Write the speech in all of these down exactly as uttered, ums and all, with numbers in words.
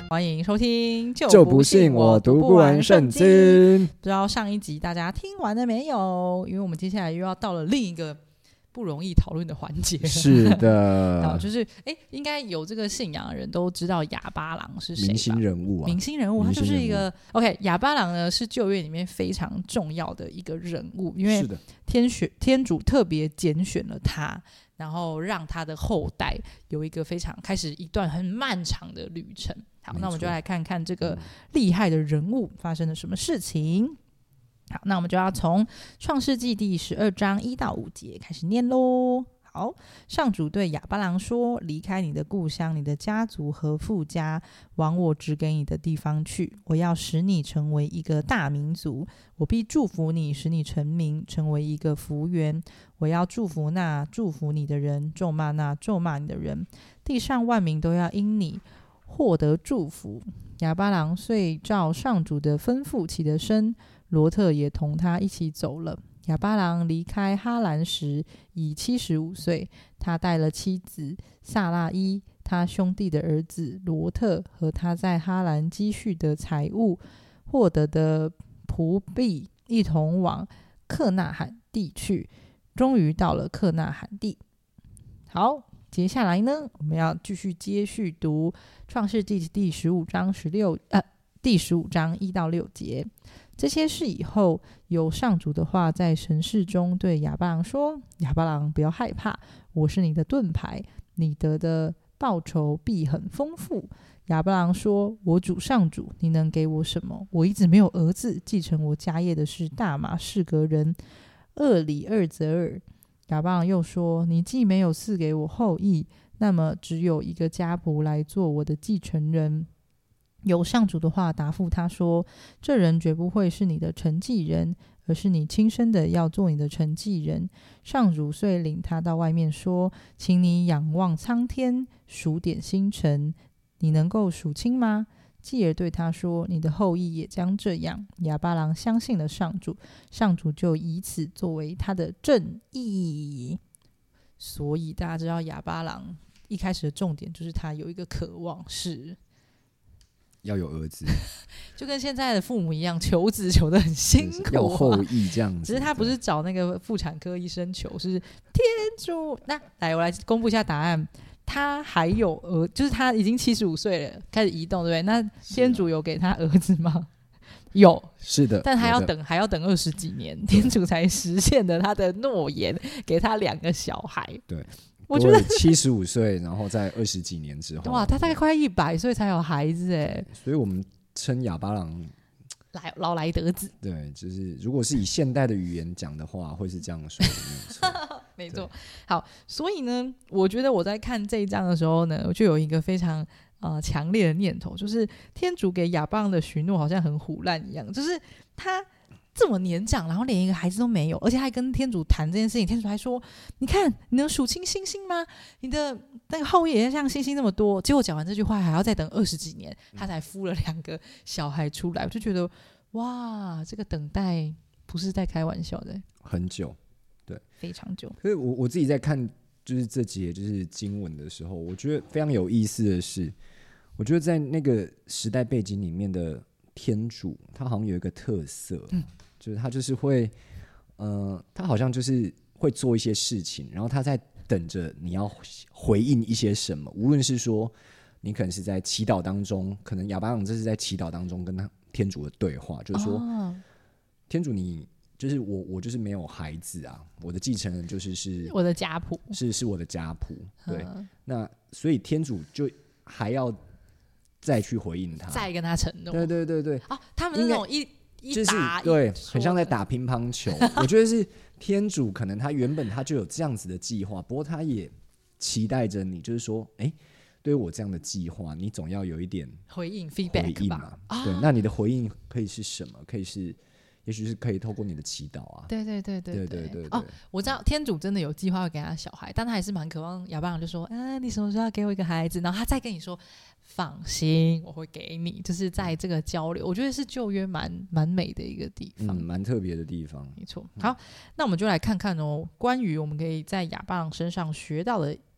欢迎收听就不信我读不完圣经。 不知道上一集大家听完了没有？因为我们接下来又要到了另一个不容易讨论的环节。 是的就是哎，应该有这个信仰的人都知道亚巴郎是谁吧？ 明星人物啊， 明星人物，他就是一个 OK。亚巴郎呢是旧约里面非常重要的一个人物，因为天选天主特别拣选了他，然后让他的后代有一个非常开始一段很漫长的旅程。好，那我们就来看看这个厉害的人物发生了什么事情。好，那我们就要从创世纪第十二章一到五节开始念咯。好，上主对亚巴郎说，离开你的故乡，你的家族和父家，往我指给你的地方去。我要使你成为一个大民族，我必祝福你，使你成名，成为一个福源。我要祝福那祝福你的人，咒骂那咒骂你的人。地上万民都要因你获得祝福。亚巴郎遂照上主的吩咐起了身，罗特也同他一起走了。亚巴郎离开哈兰时已七十五岁，他带了妻子萨拉伊，他兄弟的儿子罗特和他在哈兰积蓄的财物获得的仆婢一同往克纳罕地去，终于到了克纳罕地。好，接下来呢，我们要继续接续读创世纪第十五章十六呃第十五章一到六节。这些事以后，有上主的话在神视中对亚巴郎说：亚巴郎，不要害怕，我是你的盾牌，你得的报酬必很丰富。亚巴郎说：我主上主，你能给我什么？我一直没有儿子，继承我家业的是大马士革人厄里厄泽尔。亚巴郎又说：你既没有赐给我后裔，那么只有一个家仆来做我的继承人。有上主的话答复他说：这人绝不会是你的承继人，而是你亲生的要做你的承继人。上主遂领他到外面说：请你仰望苍天，数点星辰，你能够数清吗？继而对他说：你的后裔也将这样。亚巴郎相信了上主，上主就以此作为他的正义。所以大家知道亚巴郎一开始的重点就是他有一个渴望，是要有儿子， 就跟现在的父母一样，求子求得很辛苦、啊， 要后裔这样子。 只是他不是找那个妇产科医生求，是天主。那来，我来公布一下答案。他还有儿，就是他已经七十五岁了，开始移动，对不对？那天主有给他儿子吗？有， 是的， 但还要等，还要等二十几年，天主才实现了他的诺言，给他两个小孩。 对。 我觉得七十五岁，然后在二十几年之后， 哇，他大概快一百岁才有孩子哎， 所以我们称亚巴郎来劳来得子。 对，就是如果是以现代的语言讲的话，会是这样说的， 没错。好，所以呢，我觉得我在看这一章的时候呢，我就有一个非常呃强烈的念头，就是天主给亚巴郎的许诺好像很唬烂一样，就是他这么年长，然后连一个孩子都没有，而且还跟天主谈这件事情。天主还说：你看，你能数清星星吗？你的那个后裔也像星星那么多。结果讲完这句话还要再等二十几年，他才孵了两个小孩出来。我就觉得哇，这个等待不是在开玩笑的， 很久，对， 非常久。 可是我我自己在看就是这节就是经文的时候，我觉得非常有意思的是，我觉得在那个时代背景里面的天主，他好像有一个特色，嗯，就是他就是会，呃，他好像就是会做一些事情，然后他在等着你要回应一些什么，无论是说你可能是在祈祷当中，可能亚巴郎这是在祈祷当中跟他天主的对话，就是说，哦、天主你就是我，我就是没有孩子啊，我的继承人就是是我的家谱， 是是我的家谱，对，那所以天主就还要再去回应他， 再跟他承诺， 对对对对， 哦，他们那种一一打、 就是对，很像在打乒乓球。我觉得是天主，可能他原本他就有这样子的计划，不过他也期待着你，就是说，哎，对于我这样的计划，你总要有一点回应 feedback 吧？ 啊、对，那你的回应可以是什么？可以是。也许是可以透过你的祈祷啊， 对对对对对对 对, 对哦，我知道天主真的有计划会给他小孩，但他还是蛮渴望。亚巴郎就说：“啊，你什么时候要给我一个孩子？”然后他再跟你说：“放心，我会给你。”就是在这个交流，我觉得是旧约蛮蛮美的一个地方， 嗯，蛮特别的地方。 没错。好，那我们就来看看哦，关于我们可以在亚巴郎身上学到的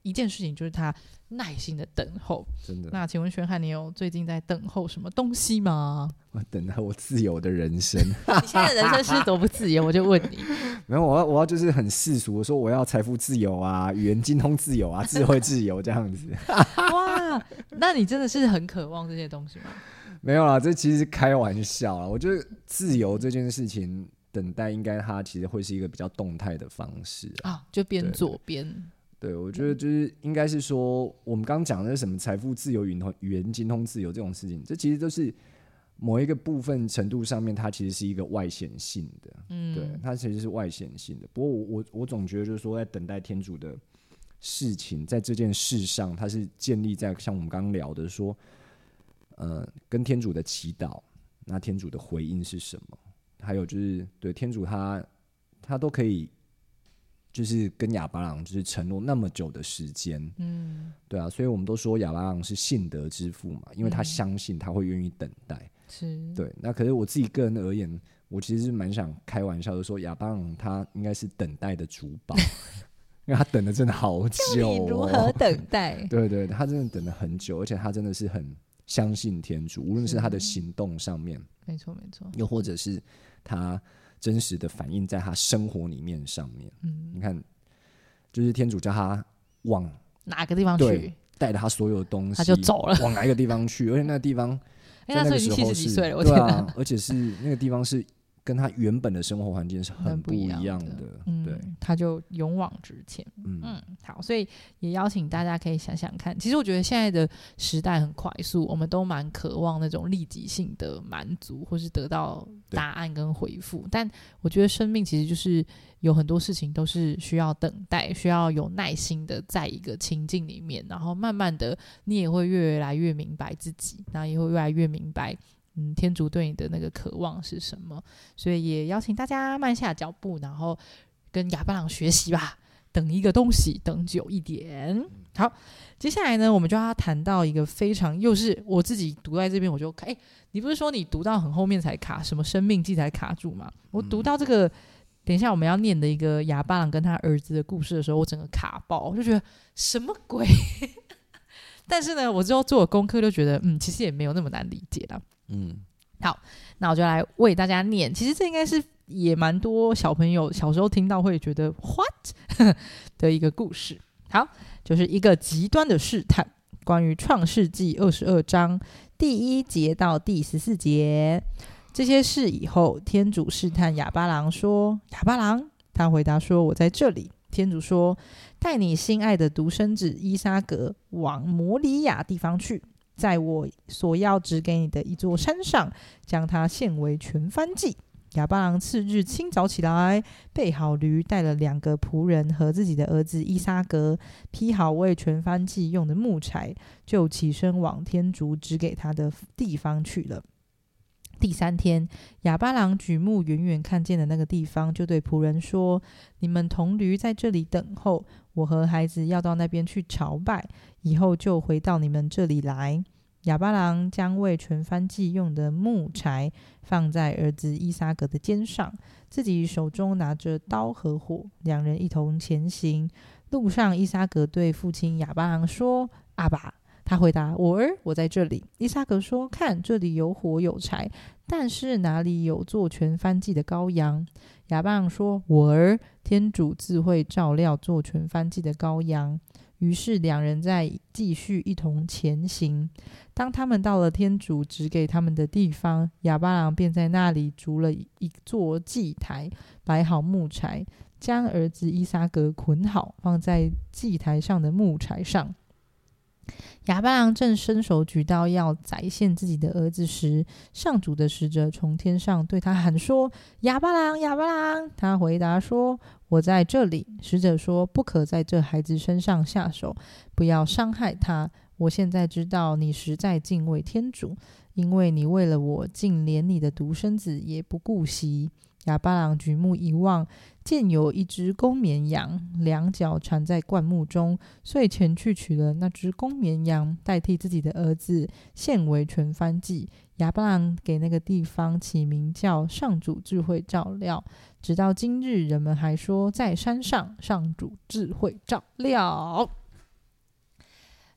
一件事情，就是他耐心的等候。 真的。 那请问宣翰，你有最近在等候什么东西吗？ 我等待我自由的人生。 你现在的人生是多不自由？我就问你。 没有，我要我要就是很世俗的说，我要财富自由啊，语言精通自由啊，智慧自由这样子。 哇，那你真的是很渴望这些东西吗？ 没有啦，这其实是开玩笑啦。我觉得自由这件事情，等待应该它其实会是一个比较动态的方式啊， 啊就边做边。 对，我觉得就是应该是说，我们刚刚讲的是什么财富自由、语言精通自由这种事情，这其实都是某一个部分程度上面，它其实是一个外显性的，嗯，对，它其实是外显性的。不过我我我总觉得就是说，在等待天主的事情，在这件事上，它是建立在像我们刚刚聊的说，呃，跟天主的祈祷，那天主的回应是什么？还有就是对天主他他都可以。就是跟亚巴郎就是承诺那么久的时间，嗯，对啊，所以我们都说亚巴郎是信德之父嘛，因为他相信他会愿意等待，是对。那可是我自己个人而言，我其实是蛮想开玩笑的说，亚巴郎他应该是等待的主保，因为他等了真的好久、哦。 你如何等待？ 对对，他真的等了很久，而且他真的是很相信天主，无论是他的行动上面， 没错没错， 又或者是他。真实的反映在他生活里面上面，嗯，你看，就是天主叫他往哪个地方去， 带着他所有的东西， 他就走了， 往哪一个地方去，而且那个地方， 哎、欸，那时候已经七十几岁了，我对啊，而且是那个地方是跟他原本的生活环境是很不一样的， 嗯， 对， 他就勇往直前，嗯嗯，好，所以也邀请大家可以想想看，其实我觉得现在的时代很快速，我们都蛮渴望那种立即性的满足，或是得到答案跟回复，但我觉得生命其实就是有很多事情都是需要等待，需要有耐心的在一个情境里面，然后慢慢的你也会越来越明白自己，然后也会越来越明白嗯，天主对你的那个渴望是什么？所以也邀请大家慢下脚步，然后跟亚巴郎学习吧。等一个东西，等久一点。好，接下来呢，我们就要谈到一个非常，又是我自己读在这边，我就哎、欸，你不是说你读到很后面才卡，什么生命记才卡住吗？我读到这个，等一下我们要念的一个亚巴郎跟他儿子的故事的时候，我整个卡爆，我就觉得什么鬼？但是呢，我之后做了功课就觉得，嗯，其实也没有那么难理解啦。嗯，好，那我就来为大家念。其实这应该是也蛮多小朋友小时候听到会觉得 what 的一个故事。好，就是一个极端的试探，关于创世纪二十二章第一节到第十四节。这些事以后，天主试探亚巴郎说：“亚巴郎。”他回答说：“我在这里。”天主说：“带你心爱的独生子依撒格往摩里亚地方去。”在我所要指给你的一座山上，将它献为全燔祭。亚巴郎次日清早起来，备好驴，带了两个仆人和自己的儿子依撒格，劈好为全燔祭用的木柴，就起身往天主指给他的地方去了。第三天，亚巴郎举目远远看见的那个地方，就对仆人说：“你们同驴在这里等候，我和孩子要到那边去朝拜，以后就回到你们这里来。”亚巴郎将为全燔祭用的木柴放在儿子依撒格的肩上，自己手中拿着刀和火，两人一同前行。路上，依撒格对父亲亚巴郎说：“阿爸。”他回答：“我儿，我在这里。”依撒格说：“看，这里有火有柴，但是哪里有做全燔祭的羔羊？”亚巴郎说：“我儿，天主自会照料做全燔祭的羔羊。”于是两人再继续一同前行。当他们到了天主指给他们的地方，亚巴郎便在那里筑了一座祭台，摆好木柴，将儿子依撒格捆好，放在祭台上的木柴上。亚巴郎正伸手举刀要宰献自己的儿子时，上主的使者从天上对他喊说：“亚巴郎，亚巴郎！”他回答说：“我在这里。”使者说：“不可在这孩子身上下手，不要伤害他。我现在知道你实在敬畏天主，因为你为了我，竟连你的独生子也不顾惜。”亚巴郎举目一望，见有一只公绵羊，两脚缠在灌木中，遂前去取了那只公绵羊，代替自己的儿子，献为全燔祭。亚巴郎给那个地方起名叫上主智慧照料，直到今日，人们还说在山上上主智慧照料。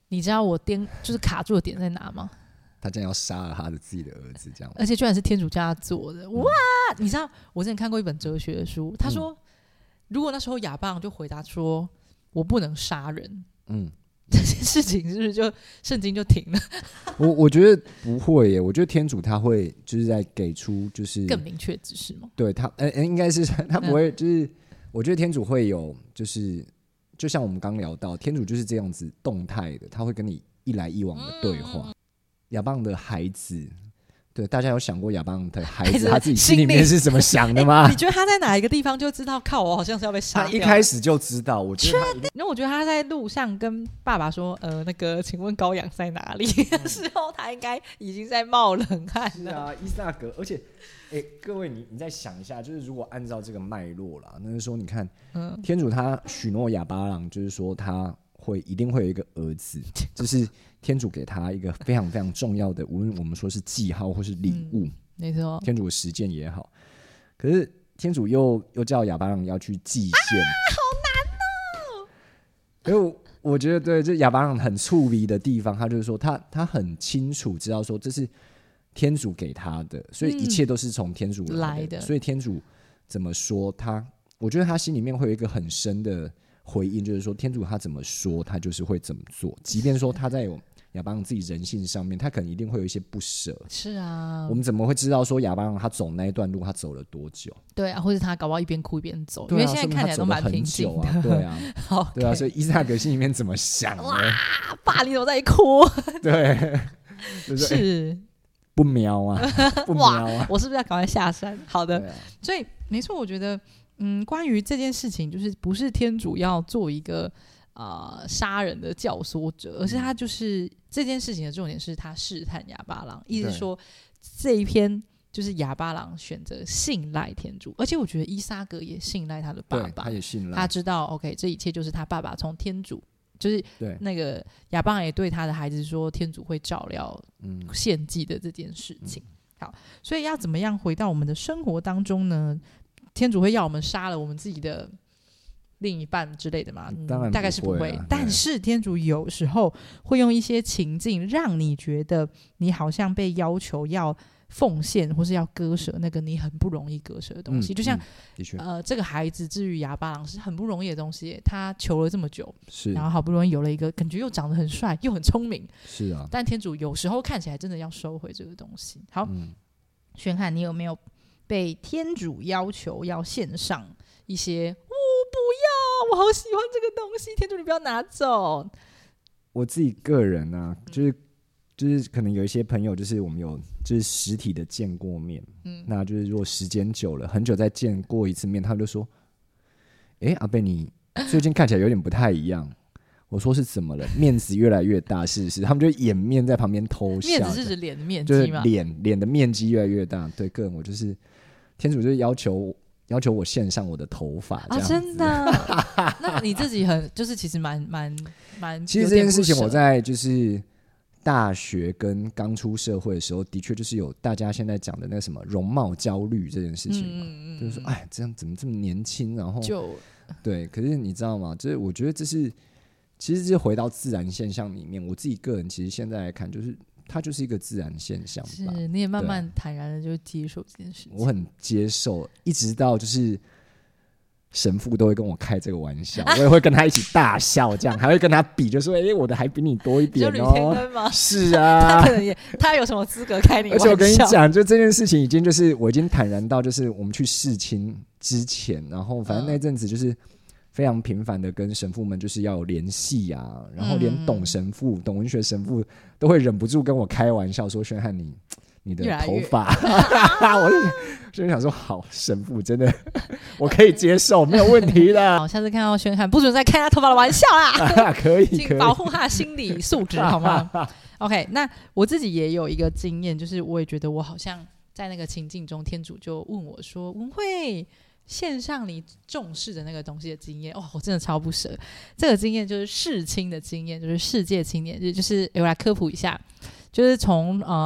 你知道我颠就是卡住的点在哪吗？ 他竟然要杀了他的自己的儿子，这样， 而且居然是天主叫他做的，哇！嗯、你知道我之前看过一本哲学的书，他说，嗯、如果那时候亚巴郎就回答说我不能杀人，嗯，这件事情是不是就圣经就停了？ 我我觉得不会耶，我觉得天主他会就是在给出就是更明确指示吗？ 对他，呃、欸，应该是他不会，就是、嗯、我觉得天主会有，就是就像我们刚聊到，天主就是这样子动态的，他会跟你一来一往的对话。嗯亚巴郎的孩子，对大家有想过亚巴郎的孩子他自己心里面是怎么想的吗？ 欸、你觉得他在哪一个地方就知道靠我好像是要被杀掉？ 他一开始就知道，我觉得他， 因为我觉得他在路上跟爸爸说：“呃，那个，请问羔羊在哪里？”的时候，他应该已经在冒冷汗了。 是啊，伊萨格，而且，哎、欸，各位你你再想一下，就是如果按照这个脉络啦，那就是说，你看，嗯、天主他许诺亚巴郎，就是说他会一定会有一个儿子，就是天主给他一个非常非常重要的，无论我们说是记号或是礼物，嗯、 没错， 天主的实践也好，可是天主又又叫亚巴郎要去祭献，啊， 好难哦。 因为我觉得对，这亚巴郎很触鼻的地方，他就是说他他很清楚知道说这是天主给他的，所以一切都是从天主来 的,、嗯、来的，所以天主怎么说他，我觉得他心里面会有一个很深的回应，就是说天主他怎么说他就是会怎么做，即便说他在亚巴郎自己人性上面他可能一定会有一些不舍， 是啊， 我们怎么会知道说亚巴郎他走那一段路他走了多久？ 对啊，或者他搞不好一边哭一边走， 啊、 因为现在看起来都蛮平静的， 对啊对啊，所以伊萨格心里面怎么想的？ 哇，爸你怎么在哭？ 对，就是、 是、 欸、不瞄啊不瞄啊， 我是不是要赶快下山？好的、啊、所以没错，我觉得嗯，关于这件事情，就是不是天主要做一个呃杀人的教唆者，而是他就是这件事情的重点是他试探亚巴郎，意思是说这一篇就是亚巴郎选择信赖天主，而且我觉得伊撒格也信赖他的爸爸， 他也信赖， 他知道 OK 这一切就是他爸爸从天主，就是那个亚巴郎也对他的孩子说天主会照料献祭的这件事情、嗯、好，所以要怎么样回到我们的生活当中呢？天主会要我们杀了我们自己的另一半之类的吗？ 当然、啊嗯、 大概是不会，但是天主有时候会用一些情境让你觉得你好像被要求要奉献或是要割舍那个你很不容易割舍的东西、嗯、就像、嗯呃、这个孩子至于亚巴郎是很不容易的东西，他求了这么久，是然后好不容易有了一个感觉又长得很帅又很聪明， 是啊， 但天主有时候看起来真的要收回这个东西。好，宣翰、嗯、你有没有被天主要求要献上一些我、哦、不要，我好喜欢这个东西，天主你不要拿走？ 我自己个人啊，就是就是可能有一些朋友，就是我们有就是实体的见过面，嗯，那就是如果时间久了，很久再见过一次面，他就说：“哎、欸，阿贝你最近看起来有点不太一样。”我说是怎么了？面子越来越大，是不是？他们就掩面在旁边偷笑。 面子是指脸的面积吗？ 就是脸脸的面积越来越大。对，个人我就是天主就是要求要求我献上我的头发啊， 真的？那你自己很就是其实蛮蛮蛮。 其实这件事情我在就是大学跟刚出社会的时候，的确就是有大家现在讲的那个什么容貌焦虑这件事情嘛，嗯嗯嗯就是说哎，这样怎么这么年轻？然后就对，可是你知道吗？就是我觉得这是。其实是回到自然现象里面，我自己个人其实现在来看，就是它就是一个自然现象吧。 是，你也慢慢坦然的就接受这件事情。 我很接受，一直到就是神父都会跟我开这个玩笑，我也会跟他一起大笑，这样还会跟他比，就说：“哎、欸，我的还比你多一点哦。”就吕天恩吗？ 是啊， 他可能也他有什么资格开你玩笑？ 而且我跟你讲，就这件事情已经就是我已经坦然到，就是我们去侍亲之前，然后反正那阵子就是。非常频繁的跟神父们就是要有联系啊，然后连董神父、嗯、董文学神父都会忍不住跟我开玩笑说：“宣翰你你的头发。”我就想说，好，神父真的我可以接受，没有问题的。 好，下次看到宣翰不准再开他头发的玩笑啦。 可以， 请保护他的心理素质好吗？OK， 那我自己也有一个经验，就是我也觉得我好像在那个情境中，天主就问我说：“文慧。”献上你重视的那个东西的经验，哦，我真的超不舍。这个经验就是世青的经验，就是世界青年日，就是我来科普一下，就是从呃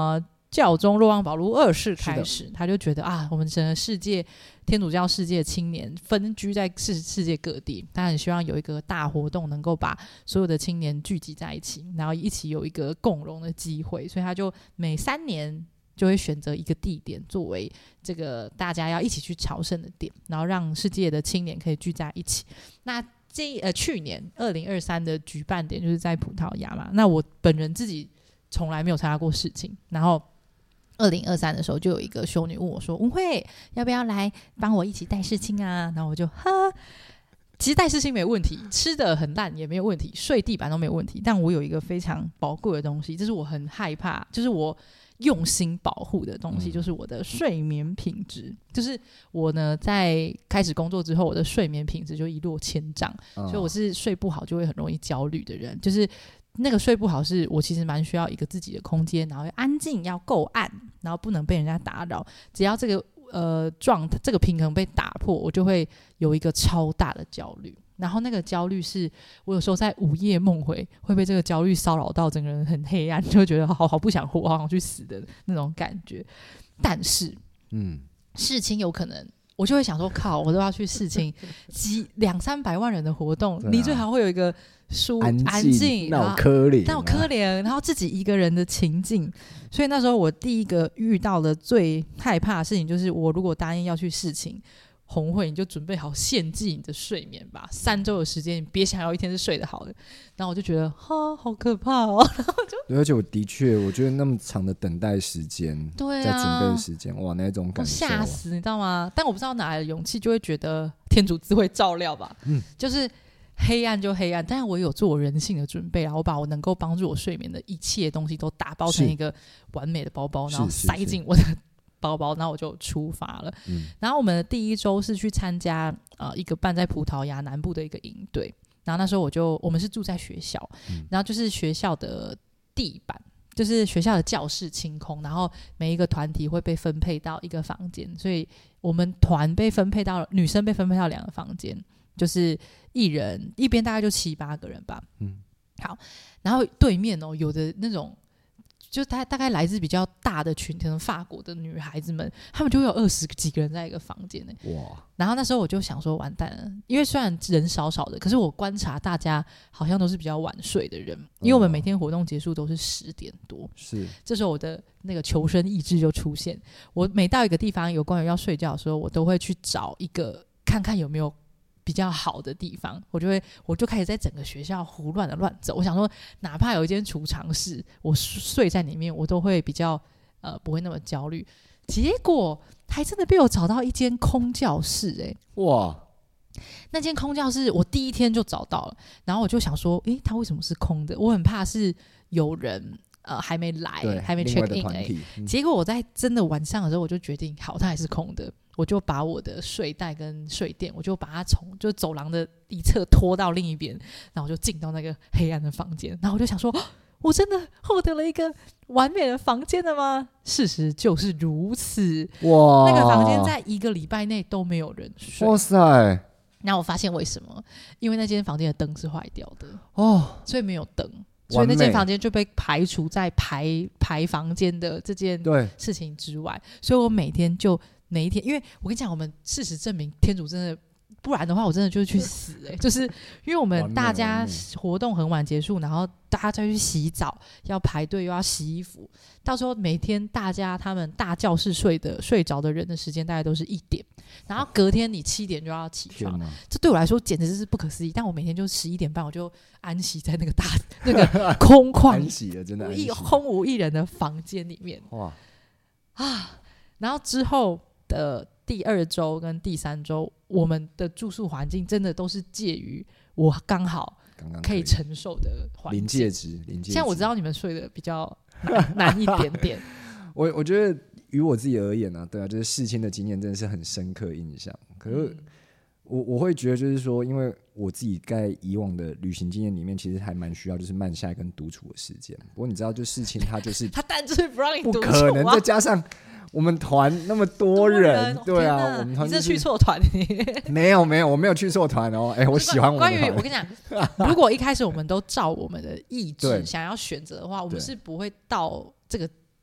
教宗若望保禄二世开始，他就觉得啊，我们整个世界天主教世界青年分居在 世, 世界各地，他很希望有一个大活动能够把所有的青年聚集在一起，然后一起有一个共荣的机会，所以他就每三年就会选择一个地点作为这个大家要一起去朝圣的点，然后让世界的青年可以聚在一起。那这呃去年二零二三的举办点就是在葡萄牙嘛，那我本人自己从来没有参加过事情，然后二零二三的时候就有一个修女问我说，文慧要不要来帮我一起带世青啊，然后我就哈，其实带世青没有问题，吃的很烂也没有问题，睡地板都没有问题，但我有一个非常宝贵的东西，这是我很害怕，就是我用心保护的东西，就是我的睡眠品质。就是我呢在开始工作之后，我的睡眠品质就一落千丈，哦，所以我是睡不好就会很容易焦虑的人。就是那个睡不好是我其实蛮需要一个自己的空间，然后安静，要够暗，然后不能被人家打扰，只要这个呃状态这个平衡被打破，我就会有一个超大的焦虑。然后那个焦虑是我有时候在午夜梦回会被这个焦虑骚扰到，整个人很黑暗，就会觉得好好不想活，好想去死的那种感觉。但是嗯，事情有可能我就会想说，靠，我都要去事情几两三百万人的活动，啊，你最好会有一个舒安静， 那我可怜， 那我可怜，然后自己一个人的情境。所以那时候我第一个遇到的最害怕的事情就是，我如果答应要去事情，红慧你就准备好献祭你的睡眠吧，三周的时间你别想要一天是睡得好的。然后我就觉得哈好可怕哦，然后就对，而且我的确我觉得那么长的等待时间， 对啊， 在准备的时间，哇，那种感受吓死，你知道吗？但我不知道哪来的勇气，就会觉得天主自会照料吧，嗯，就是黑暗就黑暗，但是我有做人性的准备，然后我把我能够帮助我睡眠的一切东西都打包成一个完美的包包，然后塞进我的包包，然后我就出发了，嗯，然后我们的第一周是去参加呃一个办在葡萄牙南部的一个营队，然后那时候我就我们是住在学校，嗯，然后就是学校的地板就是学校的教室清空，然后每一个团体会被分配到一个房间，所以我们团被分配到女生被分配到两个房间，就是一人一边大概就七八个人吧，嗯，好，然后对面哦有的那种就大大概来自比较大的群，可能法国的女孩子们，她们就会有二十几个人在一个房间呢。哇！然后那时候我就想说，完蛋了，因为虽然人少少的，可是我观察大家好像都是比较晚睡的人，因为我们每天活动结束都是十点多。是，这时候我的那个求生意志就出现。我每到一个地方有关于要睡觉的时候，我都会去找一个看看有没有比较好的地方，我就会我就开始在整个学校胡乱的乱走。我想说，哪怕有一间储藏室，我睡在里面，我都会比较呃不会那么焦虑。结果还真的被我找到一间空教室，欸，哇！那间空教室我第一天就找到了，然后我就想说，诶，它为什么是空的？我很怕是有人呃还没来，还没 check in，欸嗯，结果我在真的晚上的时候，我就决定，好，它还是空的。我就把我的睡袋跟睡垫，我就把它从就走廊的一侧拖到另一边，然后我就进到那个黑暗的房间，然后我就想说，哦，我真的获得了一个完美的房间了吗？事实就是如此，哇！那个房间在一个礼拜内都没有人睡，哇塞！然后我发现为什么？因为那间房间的灯是坏掉的哦，所以没有灯，所以那间房间就被排除在排排房间的这件事情之外，所以我每天就。哪一天？因为我跟你讲，我们事实证明天主真的，不然的话我真的就去死哎，欸！就是因为我们大家活动很晚结束，然后大家再去洗澡，要排队又要洗衣服，到时候每天大家他们大教室睡的睡着的人的时间大概都是一点，然后隔天你七点就要起床，这对我来说简直是不可思议。但我每天就十一点半我就安息在那个大那个空旷安息了，真的安息空无一人的房间里面，哇啊！然后之后的第二周跟第三周，我们的住宿环境真的都是介于我刚好可以承受的环境，临界值，临界值。 像我知道你们睡的比较 难, 难一点点。 我我觉得于我自己而言呢，啊，对啊，就是事情的经验真的是很深刻印象。可是我我会觉得就是说，因为我自己在以往的旅行经验里面，其实还蛮需要就是慢下来跟独处的时间。不过你知道，就事情它就是它当然就是不让你独处， 不可能，再加上。我们团那么多人，多人对啊，我们团、就是、 你是去错团？ 没有没有，我没有去错团哦。哎，我喜欢我们的团。 关于我跟你讲，如果一开始我们都照我们的意志想要选择的话，我们是不会到这个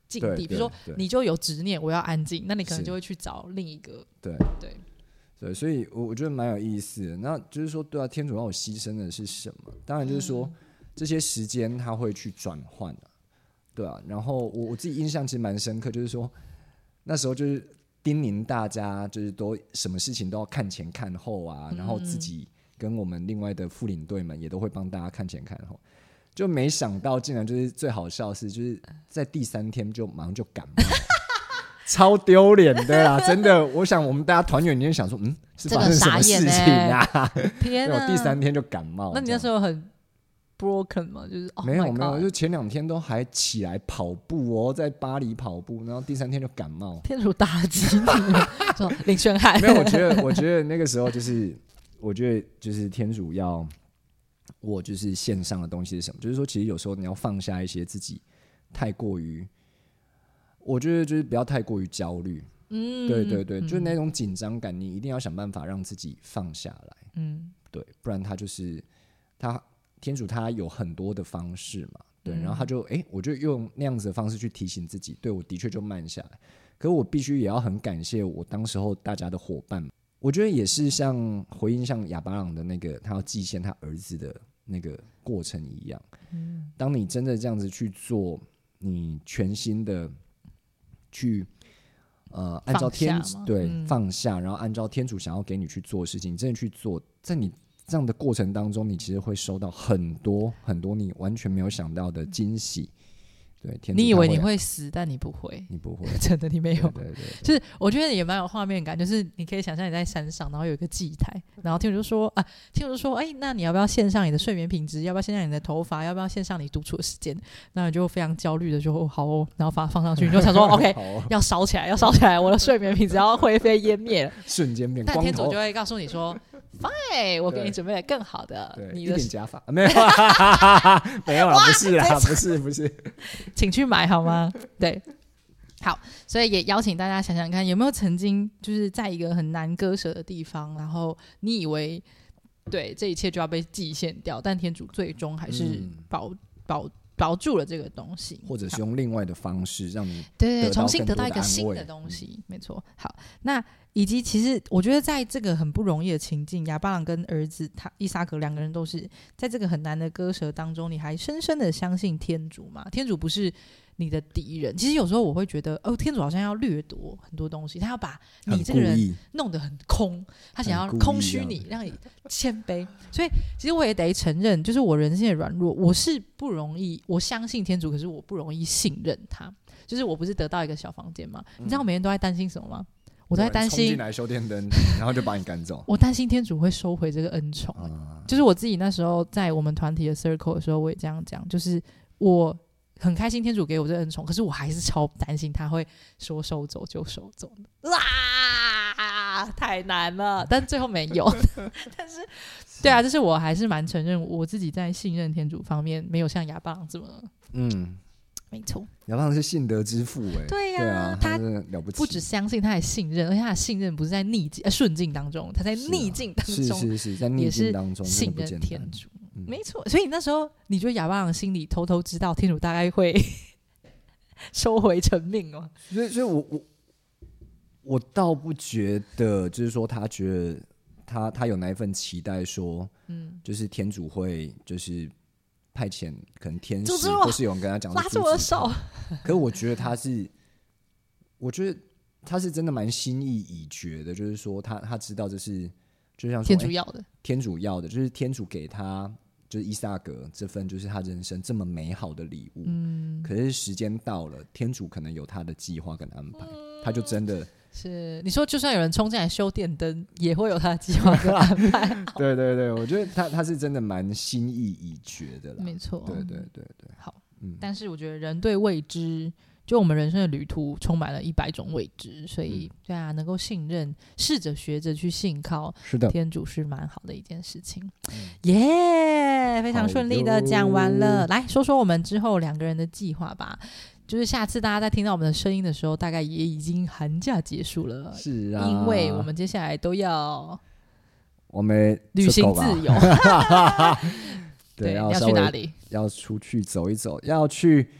境地，比如说你就有执念我要安静，那你可能就会去找另一个。 对对对，所以我觉得蛮有意思的。那就是说，对啊，天主让我牺牲的是什么？当然就是说、嗯、这些时间他会去转换、啊、对啊。然后我我自己印象其实蛮深刻，就是说那时候就是叮咛大家，就是都什么事情都要看前看后啊，然后自己跟我们另外的副领队们也都会帮大家看前看后。就没想到竟然就是最好笑的是，就是在第三天就马上就感冒。超丢脸的啦，真的。我想我们大家团员一定想说，嗯，是发生什么事情啊？ 这个、天啊！ 我第三天就感冒。 那你那时候很 broken 吗？就是、oh、 没有没有，就前两天都还起来跑步哦，在巴黎跑步，然后第三天就感冒。 天主打击你，说林轩汉。 没有，我觉得我觉得那个时候就是，我觉得就是天主要我就是线上的东西是什么？就是说，其实有时候你要放下一些自己太过于。我觉得就是不要太过于焦虑，嗯，对对对，嗯、就是那种紧张感，你一定要想办法让自己放下来，嗯，对，不然他就是他天主他有很多的方式嘛，对，嗯、然后他就哎，我就用那样子的方式去提醒自己，对我的确就慢下来，可是我必须也要很感谢我当时候大家的伙伴，我觉得也是像回应像亚巴郎的那个他要祭献他儿子的那个过程一样，嗯，当你真的这样子去做，你全心的。去呃，按照天对、嗯、放下，然后按照天主想要给你去做的事情，你真的去做，在你这样的过程当中，你其实会收到很多很多你完全没有想到的惊喜。对，天主你以为你会死，但你不会， 你不会， 真的你没有。 对对对对， 就是我觉得也蛮有画面感，就是你可以想象你在山上，然后有一个祭台，然后天主就说啊，天主就说，哎、欸，那你要不要献上你的睡眠品质？要不要献上你的头发？要不要献上你独处的时间？那你就非常焦虑的就、哦、好哦，然后把它放上去，你就想说 OK，、哦、要烧起来，要烧起来，我的睡眠品质要灰飞烟灭了， 瞬间变光头。 但天主就会告诉你说。Fine， 我给你准备了更好的，你的一点假发没有，没有啦，不是啦，不是不是， 请去买好吗？对，好，所以也邀请大家想想看，有没有曾经就是在一个很难割舍的地方，然后你以为对这一切就要被祭献掉，但天主最终还是保、嗯、保保住了这个东西， 或者是用另外的方式让你对对重新得到一个新的东西，嗯、没错。好，那以及其实我觉得在这个很不容易的情境，亚巴郎跟儿子他伊撒格两个人都是在这个很难的割舍当中，你还深深的相信天主嘛？天主不是你的敌人。其实有时候我会觉得，哦，天主好像要掠夺很多东西，他要把你这个人弄得很空，他想要空虚你，让你谦卑。所以其实我也得承认，就是我人性的软弱，我是不容易，我相信天主，可是我不容易信任他。就是我不是得到一个小房间吗？嗯、你知道我每天都在担心什么吗？我都在担心冲进来修电灯，然后就把你赶走。 我担心天主会收回这个恩宠、啊，就是我自己那时候在我们团体的 circle 的时候，我也这样讲，就是我很开心天主给我这个恩宠，可是我还是超担心他会说收走就收走的，啊，太难了，但最后没有。但是，对啊，就是我还是蛮承认我自己在信任天主方面没有像亚巴郎这么，嗯。没错， 亚巴郎是信德之父哎、欸， 对呀、啊， 对啊，他真的了不起， 不只相信，他还信任，而且他的信任不是在逆境、呃、顺境当中，他在逆境当中， 是、啊、是是是在逆境当中信任天主、嗯，没错。所以那时候你觉得亚巴郎心里偷偷知道天主大概会收回成命哦？ 所以，所以我我我倒不觉得，就是说他觉得他他有那一份期待说，嗯，就是天主会就是。派遣可能天使或是有人跟他讲拉住我的手， 可是我觉得他是，我觉得他是真的蛮心意已决的，就是说他他知道这是就像说天主要的、欸， 天主要的，就是天主给他就是伊撒格这份就是他人生这么美好的礼物，嗯，可是时间到了，天主可能有他的计划跟安排，嗯、他就真的。 是你说，就算有人冲进来修电灯，也会有他的计划跟安排。 对对对，我觉得他他是真的蛮心意已决的啦。 没错， 对对对对。 好，嗯，但是我觉得人对未知，就我们人生的旅途充满了一百种未知，所以、嗯、对啊，能够信任，试着学着去信靠， 是的， 天主是蛮好的一件事情。耶、嗯 yeah, 非常顺利的讲完了，来说说我们之后两个人的计划吧。就是下次大家在听到我们的声音的时候，大概也已经寒假结束了。 是啊， 因为我们接下来都要我们旅行自由。对， 对，要要去哪里？ 要出去走一走，要去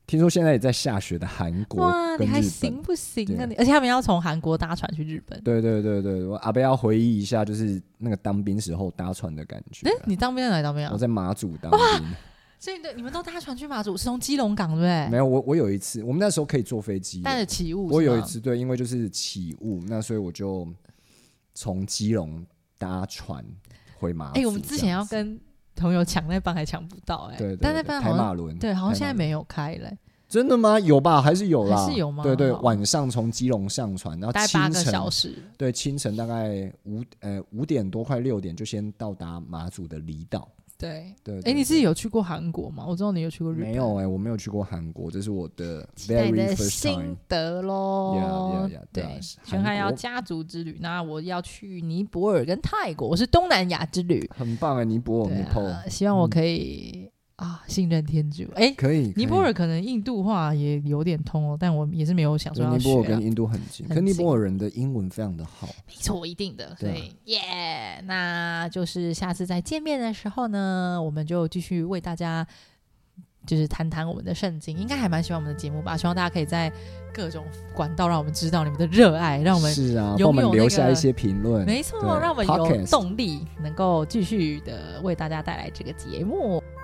听说现在也在下雪的韩国哇， 跟日本， 你还行不行啊？你而且他们要从韩国搭船去日本。 对对对对，我阿伯要回忆一下，就是那个当兵时候搭船的感觉。 哎、欸，你当兵在哪里当兵啊？ 我在马祖当兵。 所以你们都搭船去马祖，是从基隆港对不对？ 没有，我我有一次，我们那时候可以坐飞机， 带着起雾。 我有一次对，因为就是起雾，那所以我就从基隆搭船回马祖。哎、 欸，我们之前要跟朋友抢那班还抢不到。哎、欸， 对对对， 但那班好像台马轮， 对，好像现在没有开了、欸。 真的吗？有吧？还是有啦？ 还是有吗？ 对对，晚上从基隆上船，然后大概八个小时。 对，清晨大概五呃五点多快六点就先到达马祖的离岛。 对对， 哎，你自己有去过韩国吗？我知道你有去过日本。 没有哎、欸，我没有去过韩国，这是我的 very first time 心得咯。 Yeah, yeah, yeah, 对，玄汉要家族之旅，那我要去尼泊尔跟泰国，我是东南亚之旅， 很棒哎、欸，尼泊尔，尼泊尔，希望我可以。嗯啊，信任天主，哎、欸， 可以。 尼泊尔可能印度话也有点通哦，但我也是没有想说要学、啊。 尼泊尔跟印度很近，可尼泊尔人的英文非常的好。 没错，一定的。所以，耶、啊， yeah, 那就是下次再见面的时候呢，我们就继续为大家就是谈谈我们的圣经，应该还蛮喜欢我们的节目吧？希望大家可以在各种管道让我们知道你们的热爱，让我们是啊， 拥有、那个、 帮我们留下一些评论， 没错，让我们有动力能够继续的为大家带来这个节目。